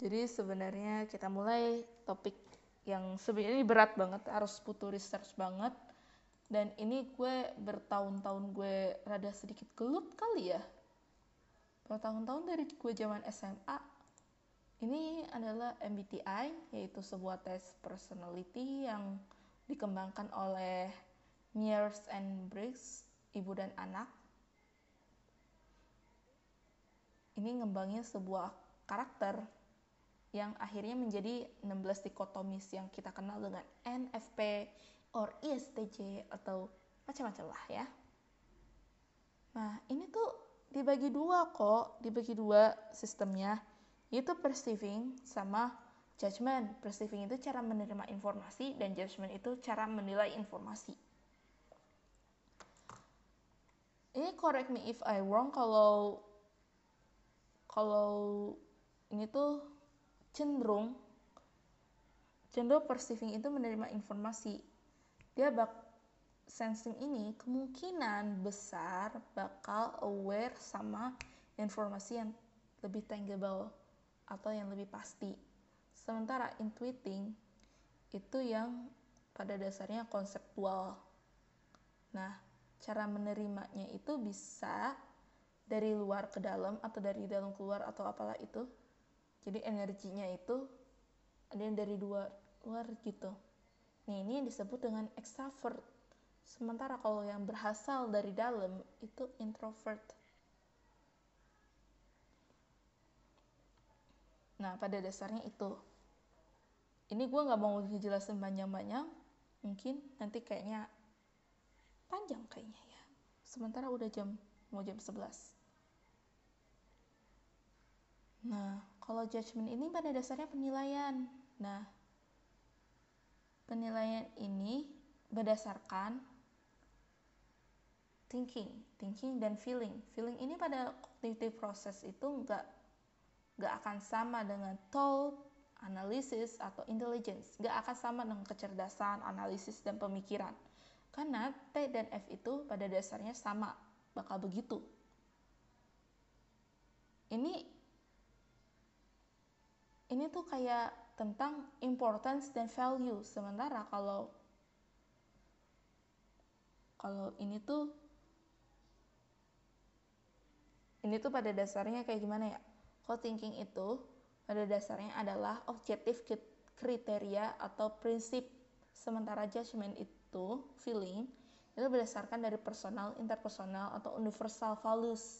Jadi sebenarnya kita mulai topik yang sebenarnya berat banget, harus butuh research banget. Dan ini gue bertahun-tahun gue rada sedikit gelut kali ya. Bertahun-tahun dari gue zaman SMA. Ini adalah MBTI, yaitu sebuah tes personality yang dikembangkan oleh Myers and Briggs, ibu dan anak. Ini ngembangin sebuah karakter yang akhirnya menjadi 16 dikotomis yang kita kenal dengan NFP or ISTJ atau macam-macam lah ya. Nah, ini tuh dibagi dua sistemnya, yaitu perceiving sama judgment. Perceiving itu cara menerima informasi dan judgment itu cara menilai informasi. Ini correct me if I wrong kalau ini tuh cenderung perceiving itu menerima informasi. Dia sensing ini kemungkinan besar bakal aware sama informasi yang lebih tangible atau yang lebih pasti. Sementara intuiting itu yang pada dasarnya konseptual. Nah, cara menerimanya itu bisa dari luar ke dalam atau dari dalam keluar atau apalah itu. Jadi energinya itu ada yang dari luar gitu. Nah, ini yang disebut dengan extrovert. Sementara kalau yang berasal dari dalam itu introvert. Nah, pada dasarnya itu. Ini gue gak mau dijelasin panjang-panjang. Mungkin nanti kayaknya panjang kayaknya ya. Sementara udah mau jam 11. Nah, kalau judgment ini pada dasarnya penilaian. Nah, penilaian ini berdasarkan thinking dan feeling. Feeling ini pada cognitive process itu nggak akan sama dengan thought, analisis, atau intelligence. Nggak akan sama dengan kecerdasan, analisis, dan pemikiran. Karena T dan F itu pada dasarnya sama, bakal begitu. Ini tuh kayak tentang importance dan value. Sementara kalau ini tuh pada dasarnya kayak gimana ya? Kalau thinking itu pada dasarnya adalah objektif kriteria atau prinsip. Sementara judgment itu feeling itu berdasarkan dari personal, interpersonal, atau universal values.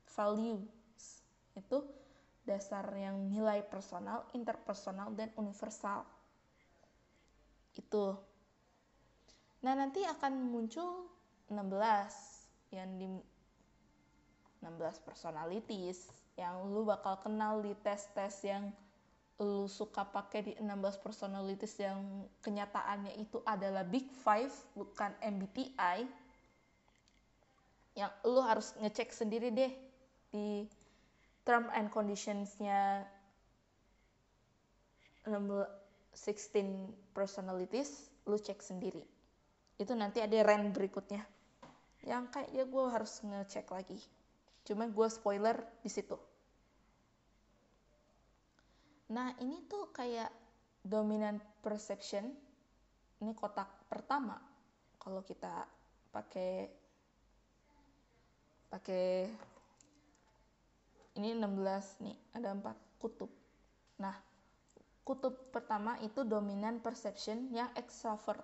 Itu dasar yang nilai personal, interpersonal, dan universal. Itu. Nah, nanti akan muncul 16 yang di 16 personalities yang lu bakal kenal di tes-tes yang lu suka pakai di 16 personalities yang kenyataannya itu adalah Big Five, bukan MBTI. Yang lu harus ngecek sendiri deh di term and conditionsnya 16 personalities, lu cek sendiri. Itu nanti ada rank berikutnya yang kayaknya gue harus ngecek lagi. Cuma gue spoiler di situ. Nah, ini tuh kayak dominant perception. Ini kotak pertama. Kalau kita pakai ini 16 nih, ada 4 kutub. Nah, kutub pertama itu dominant perception yang extrovert.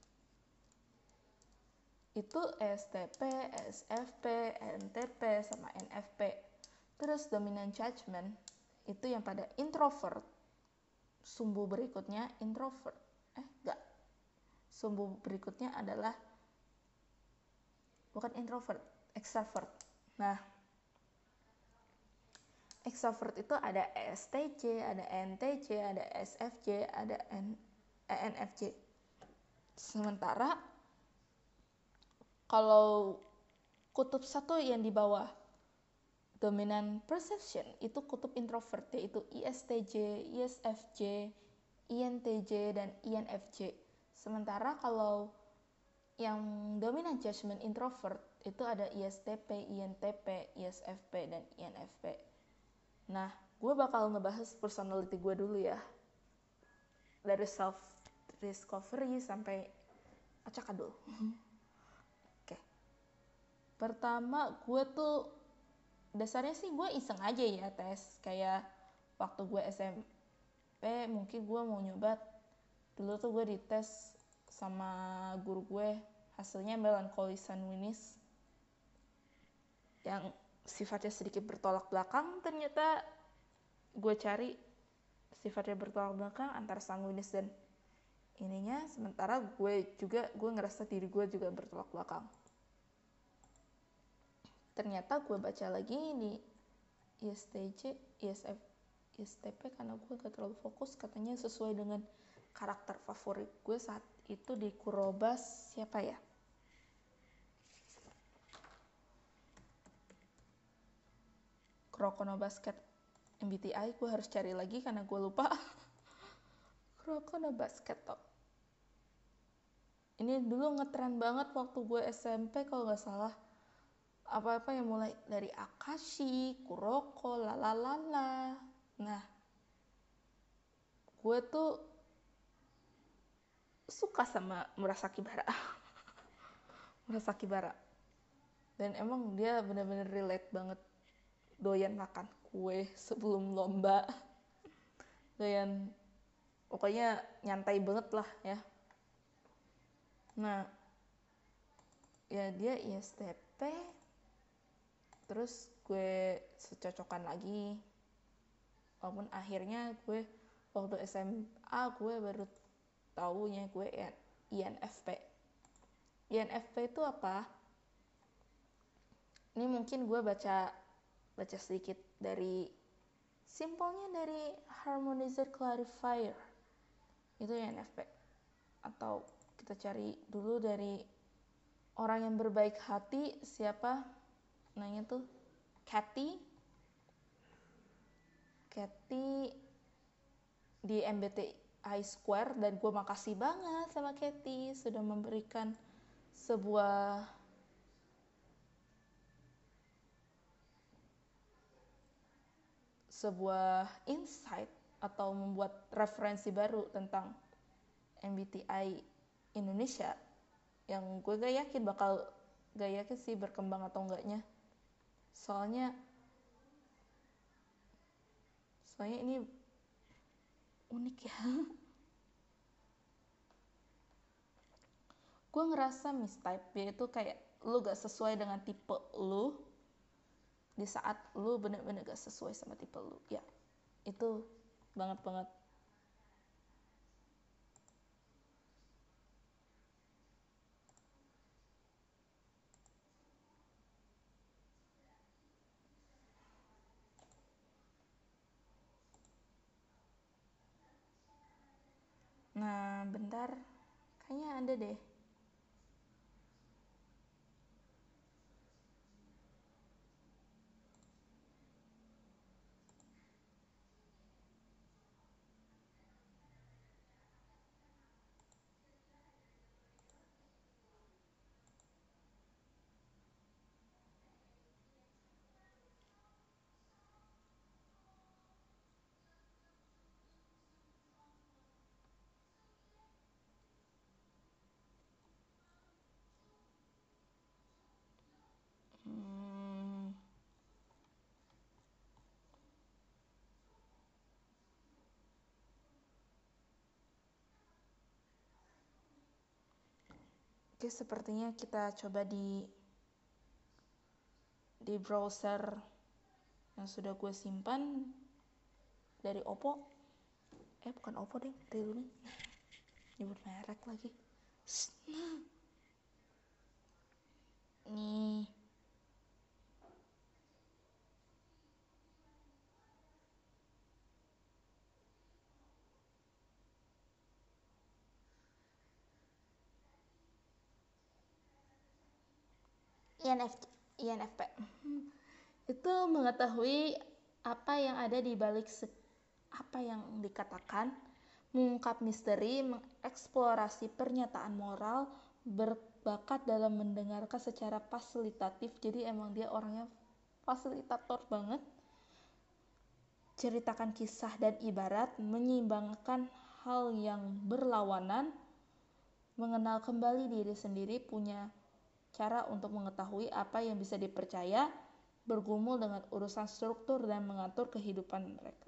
Itu ESTP, ESFP, ENTP, sama NFP. Terus dominant judgment itu yang pada introvert. Sumbu berikutnya introvert. Sumbu berikutnya adalah bukan introvert, extrovert. Nah, extrovert itu ada ESTJ, ada ENTJ, ada SFJ, ada ENFJ. Sementara kalau kutub satu yang di bawah dominant perception itu kutub introvert, yaitu ISTJ, ISFJ, INTJ, dan INFJ. Sementara kalau yang dominant judgment introvert itu ada ISTP, INTP, ISFP, dan INFP. Nah, gue bakal ngebahas personality gue dulu ya, dari self discovery sampai acakadul. Oke. Pertama, gue tuh dasarnya sih gue iseng aja ya tes. Kayak waktu gue SMP mungkin gue mau nyoba, dulu tuh gue dites sama guru gue, hasilnya melancholy sanguinis yang sifatnya sedikit bertolak belakang. Ternyata gue cari sifatnya bertolak belakang antara sanguinis dan ininya, sementara gue ngerasa diri gue juga bertolak belakang. Ternyata gue baca lagi di ISTJ, ISTP karena gue gak terlalu fokus, katanya sesuai dengan karakter favorit gue saat itu di Kurobas, siapa ya? Kuroko no Basket MBTI, gue harus cari lagi karena gue lupa. Kuroko no Basket Talk. Ini dulu ngetren banget waktu gue SMP kalau gak salah. Apa-apa yang mulai dari Akashi, Kuroko, lalalala. Nah, gue tuh suka sama Murasaki Bara. Murasaki Bara. Dan emang dia bener-bener relate banget. Doyan makan kue sebelum lomba. Doyan, pokoknya nyantai banget lah ya. Nah, ya dia ISTP. Terus gue secocokan lagi. Walaupun akhirnya gue waktu SMA gue baru taunya gue INFP. INFP itu apa? Ini mungkin gue baca sedikit dari simpelnya dari Harmonizer Clarifier. Itu INFP. Atau kita cari dulu dari orang yang berbaik hati, siapa? Namanya tuh Cathy di MBTI Square, dan gue makasih banget sama Cathy sudah memberikan sebuah insight atau membuat referensi baru tentang MBTI Indonesia yang gue gak yakin sih berkembang atau enggaknya, soalnya ini unik ya. Gue ngerasa mistype, yaitu kayak lu gak sesuai dengan tipe lu di saat lu bener-bener gak sesuai sama tipe lu ya. Itu banget. Nah bentar, kayaknya ada deh. Oke, sepertinya kita coba di browser yang sudah gue simpan dari Oppo. Bukan Oppo deh, Realme. Nyebut merek lagi. Nih. INFP. Itu mengetahui apa yang ada di balik apa yang dikatakan, mengungkap misteri, mengeksplorasi pernyataan moral, berbakat dalam mendengarkan secara fasilitatif. Jadi emang dia orangnya fasilitator banget. ceritakan kisah dan ibarat, menyeimbangkan hal yang berlawanan, mengenal kembali diri sendiri, punya cara untuk mengetahui apa yang bisa dipercaya, bergumul dengan urusan struktur dan mengatur kehidupan mereka.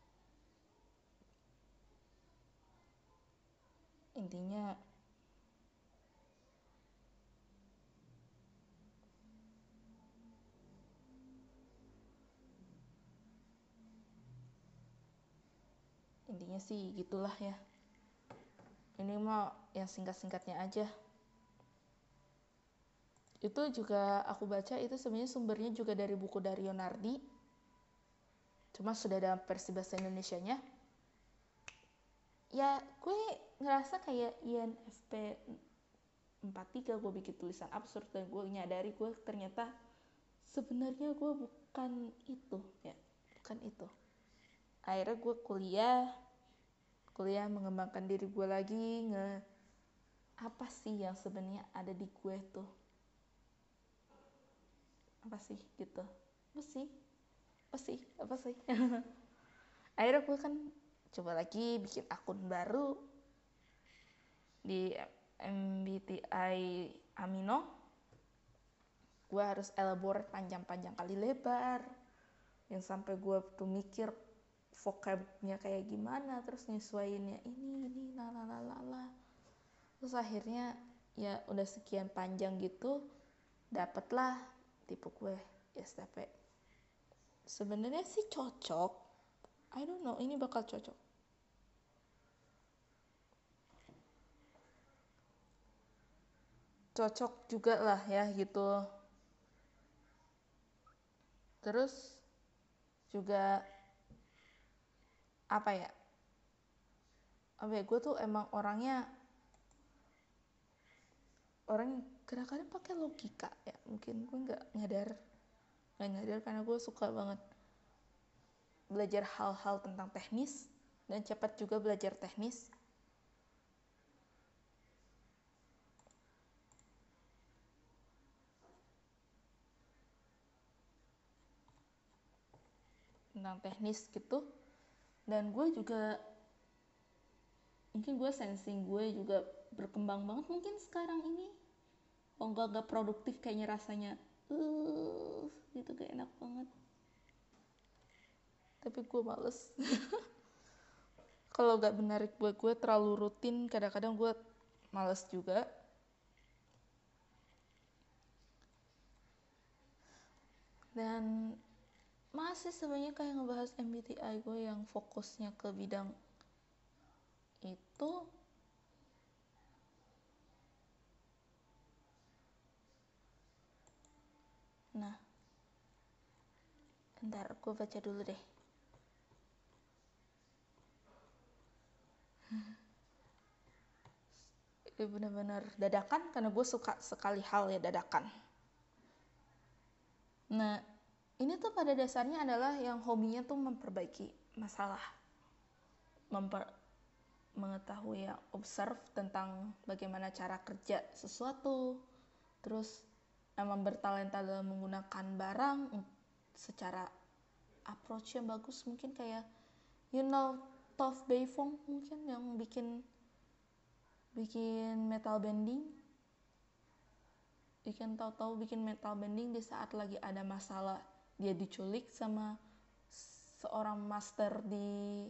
Intinya sih gitulah ya. Ini mah yang singkat-singkatnya aja. Itu juga aku baca, itu sebenarnya sumbernya juga dari buku Dario Nardi, cuma sudah dalam versi bahasa Indonesianya. Ya gue ngerasa kayak INFP 43 gue bikin tulisan absurd, dan gue nyadari gue ternyata sebenarnya gue bukan itu ya, bukan itu. Akhirnya gue kuliah mengembangkan diri gue lagi, apa sih yang sebenarnya ada di gue tuh, apa sih gitu, apa sih akhirnya gue kan coba lagi bikin akun baru di MBTI Amino. Gue harus elaborate panjang-panjang kali lebar, yang sampai gue tuh mikir vocabnya kayak gimana, terus nyesuaiinnya ini lalalala. Terus akhirnya ya udah sekian panjang gitu, dapatlah tipe gue ISTP. Sebenarnya sih cocok, I don't know, ini bakal cocok. Cocok juga lah ya gitu. Terus juga apa ya, gue tuh emang orangnya orang kadang-kadang pakai logika ya, mungkin gue nggak nyadar karena gue suka banget belajar hal-hal tentang teknis dan cepat juga belajar teknis. Tentang teknis gitu. Dan gue juga mungkin gue sensing gue juga berkembang banget mungkin sekarang ini. Kalau gak produktif kayaknya rasanya gitu, gak enak banget. Tapi gue males. Kalau gak menarik buat gue, terlalu rutin, kadang-kadang gue males juga. Dan masih sebenarnya kayak ngebahas MBTI gue yang fokusnya ke bidang itu. Nah, ntar gue baca dulu deh. Ini benar-benar dadakan karena gue suka sekali hal ya dadakan. Nah, ini tuh pada dasarnya adalah yang hobinya tuh memperbaiki masalah, mengetahui ya, observe tentang bagaimana cara kerja sesuatu, terus emang bertalenta dalam menggunakan barang secara approach yang bagus, mungkin kayak Toph Beifong mungkin yang bikin metal bending, bikin metal bending di saat lagi ada masalah, dia diculik sama seorang master di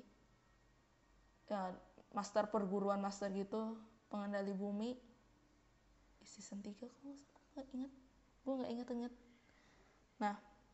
master perguruan master gitu, pengendali bumi di season 3 kalau gue nggak inget. Nah,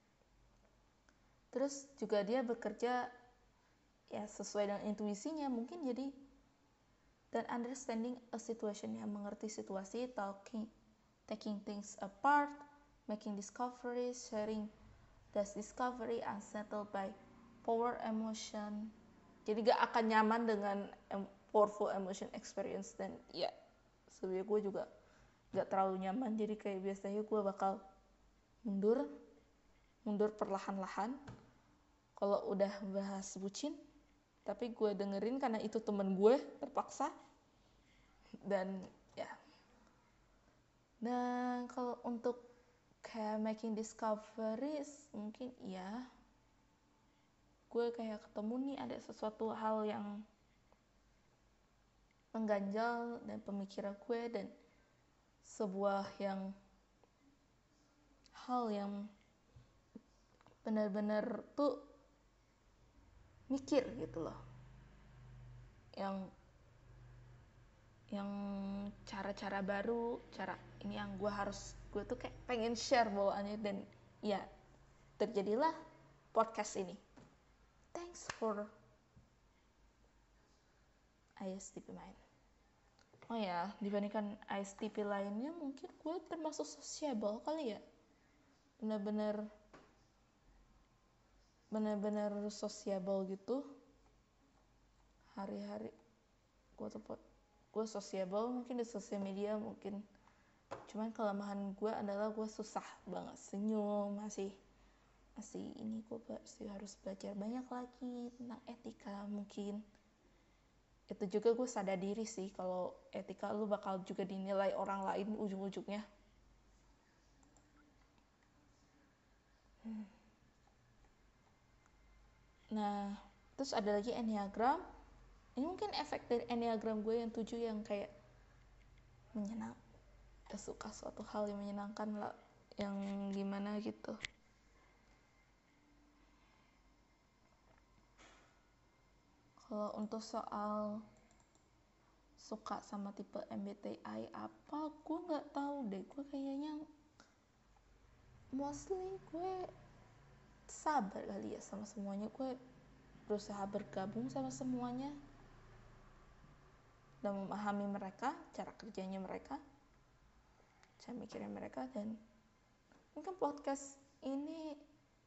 terus juga dia bekerja ya sesuai dengan intuisinya mungkin, jadi dan understanding a situation, yang mengerti situasi, taking things apart, making discoveries, sharing that discovery, unsettled by power emotion. Jadi gak akan nyaman dengan powerful emotion experience. Dan ya sebenarnya gue juga gak terlalu nyaman, jadi kayak biasanya gue bakal mundur perlahan-lahan kalau udah bahas bucin. Tapi gue dengerin karena itu temen gue terpaksa. Dan ya, dan kalau untuk kayak making discoveries mungkin ya gue kayak ketemu nih ada sesuatu hal yang mengganjal dan pemikiran gue, dan sebuah hal yang benar-benar tuh mikir gitu loh, yang cara-cara baru, cara ini yang gue tuh kayak pengen share bawaannya, dan ya terjadilah podcast ini. Thanks for ISTP Mind. Oh ya, dibandingkan ISTP lainnya mungkin gue termasuk sociable kali ya. Benar-benar sociable gitu. Hari-hari gue sociable mungkin di sosial media mungkin. Cuman kelemahan gue adalah gue susah banget senyum, masih ini gue harus belajar banyak lagi tentang etika mungkin. Itu juga gue sadar diri sih kalau etika lu bakal juga dinilai orang lain ujung-ujungnya. Nah, terus ada lagi enneagram. Ini mungkin efek dari enneagram gue yang 7 yang kayak suka suatu hal yang menyenangkan lah, yang gimana gitu. Kalau untuk soal suka sama tipe MBTI apa, gue nggak tahu deh. Gue kayaknya mostly gue sabar kali ya sama semuanya. Gue berusaha bergabung sama semuanya dan memahami mereka, cara kerjanya mereka, cara mikirnya mereka. Dan mungkin podcast ini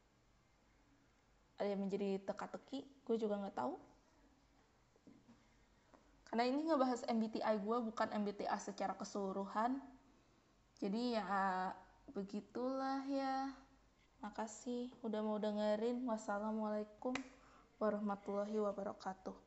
ada yang menjadi teka-teki, gue juga nggak tahu. Karena ini ngebahas MBTI gue, bukan MBTI secara keseluruhan. Jadi ya begitulah ya. Makasih udah mau dengerin. Wassalamualaikum warahmatullahi wabarakatuh.